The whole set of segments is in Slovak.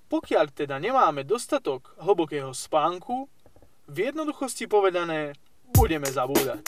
Pokiaľ teda nemáme dostatok hlbokého spánku, v jednoduchosti povedané, budeme zabúdať.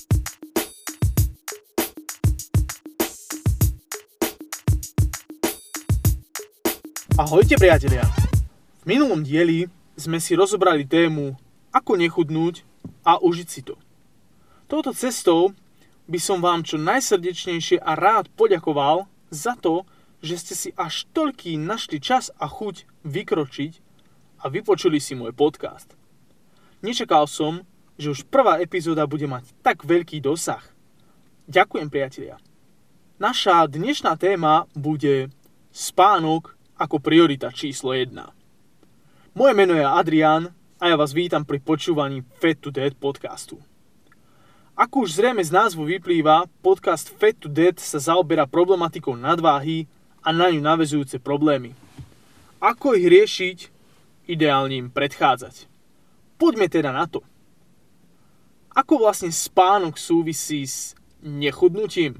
Ahojte priatelia! V minulom dieli sme si rozobrali tému ako nechudnúť a užiť si to. Touto cestou by som vám čo najsrdečnejšie a rád poďakoval za to, že ste si až toľký našli čas a chuť vykročiť a vypočuli si môj podcast. Nečakal som, že už prvá epizóda bude mať tak veľký dosah. Ďakujem priatelia. Naša dnešná téma bude spánok ako priorita číslo 1. Moje meno je Adrián a ja vás vítam pri počúvaní Fat to Death podcastu. Ako už zrejme z názvu vyplýva, podcast Fat to Death sa zaoberá problematikou nadváhy a na ňu naväzujúce problémy. Ako ich riešiť, ideálne im predchádzať. Poďme teda na to. Ako vlastne spánok súvisí s nechudnutím?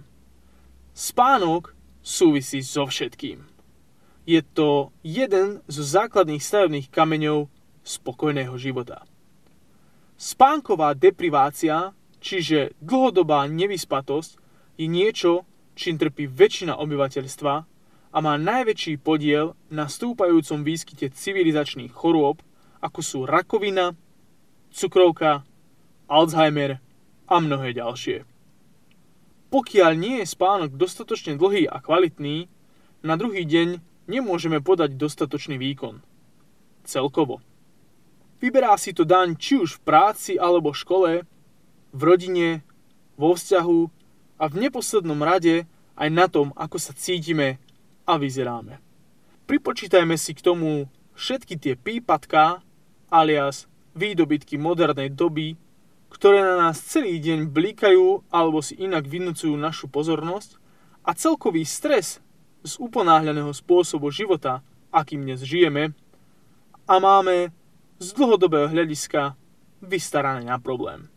Spánok súvisí so všetkým. Je to jeden zo základných stavebných kameňov spokojného života. Spánková deprivácia, čiže dlhodobá nevyspatosť, je niečo, čím trpí väčšina obyvateľstva a má najväčší podiel na stúpajúcom výskyte civilizačných chorôb, ako sú rakovina, cukrovka, Alzheimer a mnohé ďalšie. Pokiaľ nie je spánok dostatočne dlhý a kvalitný, na druhý deň nemôžeme podať dostatočný výkon. Celkovo. Vyberá si to daň či už v práci alebo v škole, v rodine, vo vzťahu a v neposlednom rade aj na tom, ako sa cítime a vyzeráme. Pripočítajme si k tomu všetky tie pípatká, alias výdobytky modernej doby, ktoré na nás celý deň blikajú alebo si inak vynúcujú našu pozornosť a celkový stres z uponáhľaného spôsobu života, akým dnes žijeme, a máme z dlhodobého hľadiska vystarané na problém.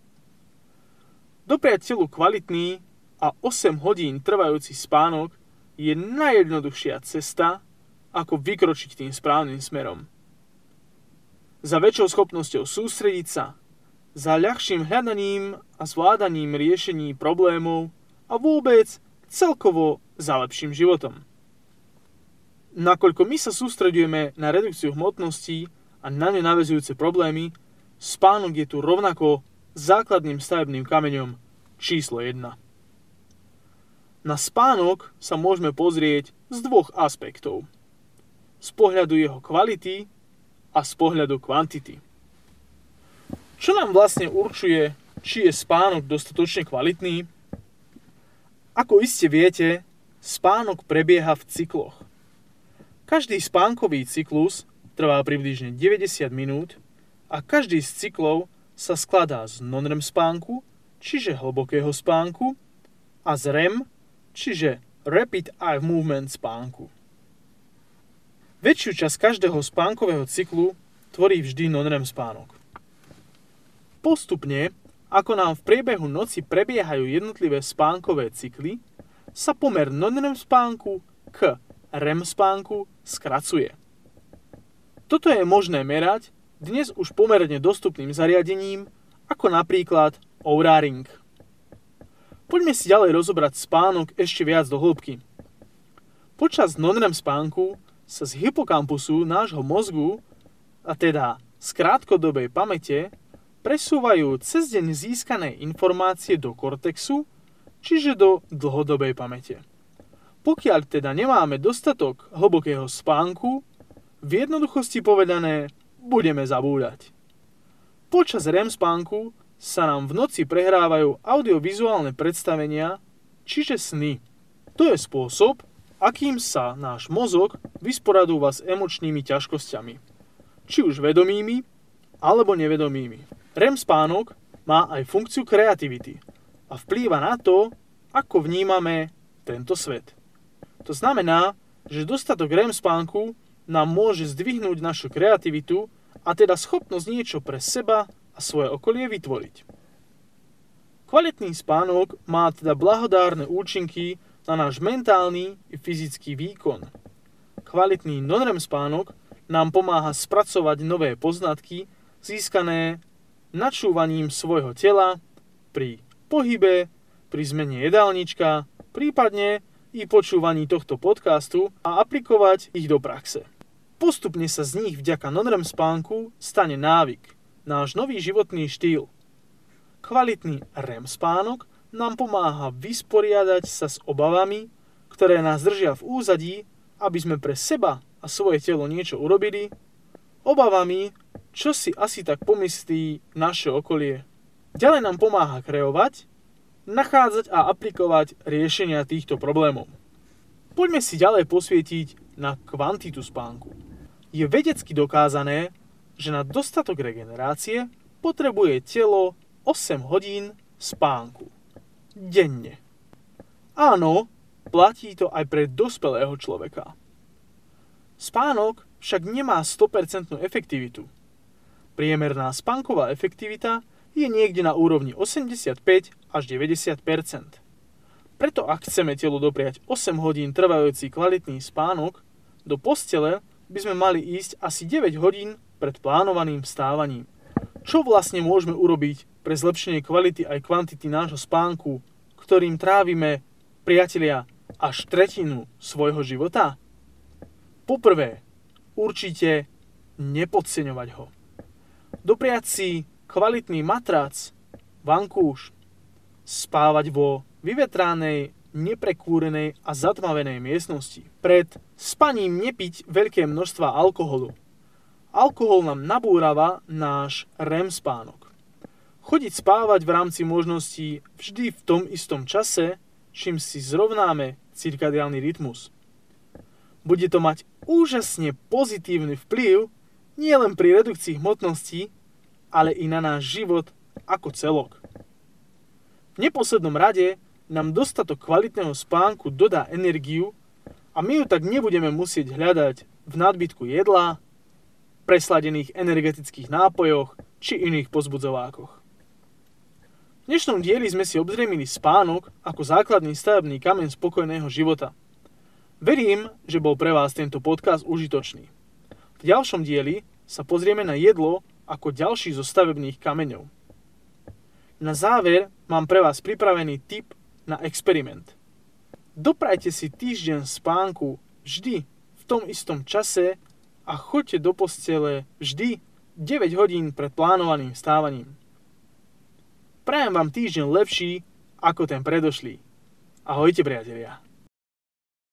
Dopriať telu kvalitný a 8 hodín trvajúci spánok je najjednoduchšia cesta, ako vykročiť tým správnym smerom. Za väčšou schopnosťou sústrediť sa, za ľahším hľadaním a zvládaním riešení problémov a vôbec celkovo za lepším životom. Nakoľko my sa sústreďujeme na redukciu hmotnosti a na ňu naväzujúce problémy, spánok je tu rovnako základným stavebným kameňom číslo 1. Na spánok sa môžeme pozrieť z dvoch aspektov. Z pohľadu jeho kvality a z pohľadu kvantity. Čo nám vlastne určuje, či je spánok dostatočne kvalitný? Ako iste viete, spánok prebieha v cykloch. Každý spánkový cyklus trvá približne 90 minút a každý z cyklov sa skladá z non-REM spánku, čiže hlbokého spánku, a z REM, čiže Rapid Eye Movement spánku. Väčšiu časť každého spánkového cyklu tvorí vždy non-REM spánok. Postupne, ako nám v priebehu noci prebiehajú jednotlivé spánkové cykly, sa pomer non-REM spánku k REM spánku skracuje. Toto je možné merať dnes už pomerne dostupným zariadením, ako napríklad Oura Ring. Poďme si ďalej rozobrať spánok ešte viac do hĺbky. Počas non-REM spánku sa z hypokampusu nášho mozgu, a teda z krátkodobej pamäte, presúvajú cez deň získané informácie do kortexu, čiže do dlhodobej pamäte. Pokiaľ teda nemáme dostatok hlbokého spánku, v jednoduchosti povedané, budeme zabúdať. Počas REM spánku sa nám v noci prehrávajú audiovizuálne predstavenia, čiže sny. To je spôsob, akým sa náš mozog vysporadúva s emočnými ťažkosťami, či už vedomými, alebo nevedomými. REM spánok má aj funkciu kreativity a vplýva na to, ako vnímame tento svet. To znamená, že dostatok REM spánku nám môže zdvihnúť našu kreativitu a teda schopnosť niečo pre seba a svoje okolie vytvoriť. Kvalitný spánok má teda blahodárne účinky na náš mentálny i fyzický výkon. Kvalitný non-REM spánok nám pomáha spracovať nové poznatky získané načúvaním svojho tela pri pohybe, pri zmene jedálnička, prípadne i počúvaní tohto podcastu a aplikovať ich do praxe. Postupne sa z nich vďaka non-REM spánku stane návyk, náš nový životný štýl. Kvalitný REM spánok nám pomáha vysporiadať sa s obavami, ktoré nás držia v úzadí, aby sme pre seba a svoje telo niečo urobili, obavami, čo si asi tak pomyslí naše okolie. Ďalej nám pomáha kreovať, nachádzať a aplikovať riešenia týchto problémov. Poďme si ďalej posvietiť na kvantitu spánku. Je vedecky dokázané, že na dostatok regenerácie potrebuje telo 8 hodín spánku denne. Áno, platí to aj pre dospelého človeka. Spánok však nemá 100% efektivitu. Priemerná spánková efektivita je niekde na úrovni 85 až 90%. Preto ak chceme telu dopriať 8 hodín trvajúci kvalitný spánok, do postele by sme mali ísť asi 9 hodín pred plánovaným vstávaním. Čo vlastne môžeme urobiť pre zlepšenie kvality aj kvantity nášho spánku, ktorým trávime, priatelia, až tretinu svojho života? Poprvé, určite nepodceňovať ho. Dopriať si kvalitný matrac, vankúš, spávať vo vyvetránej, neprekúrenej a zatmavenej miestnosti. Pred spaním nepiť veľké množstva alkoholu. Alkohol nám nabúrava náš REM spánok. Chodiť spávať v rámci možností vždy v tom istom čase, čím si zrovnáme cirkadiálny rytmus. Bude to mať úžasne pozitívny vplyv nielen pri redukcii hmotnosti, ale i na náš život ako celok. V neposlednom rade nám dostatok kvalitného spánku dodá energiu a my ju tak nebudeme musieť hľadať v nadbytku jedla, presladených energetických nápojoch či iných pozbudzovákoch. V dnešnom dieli sme si obzriemili spánok ako základný stavebný kameň spokojného života. Verím, že bol pre vás tento podcast užitočný. V ďalšom dieli sa pozrieme na jedlo ako ďalší zo stavebných kameňov. Na záver mám pre vás pripravený tip na experiment. Doprajte si týždeň spánku vždy v tom istom čase a choďte do postele vždy 9 hodín pred plánovaným vstávaním. Prajem vám týždeň lepší ako ten predošlý. Ahojte, priatelia.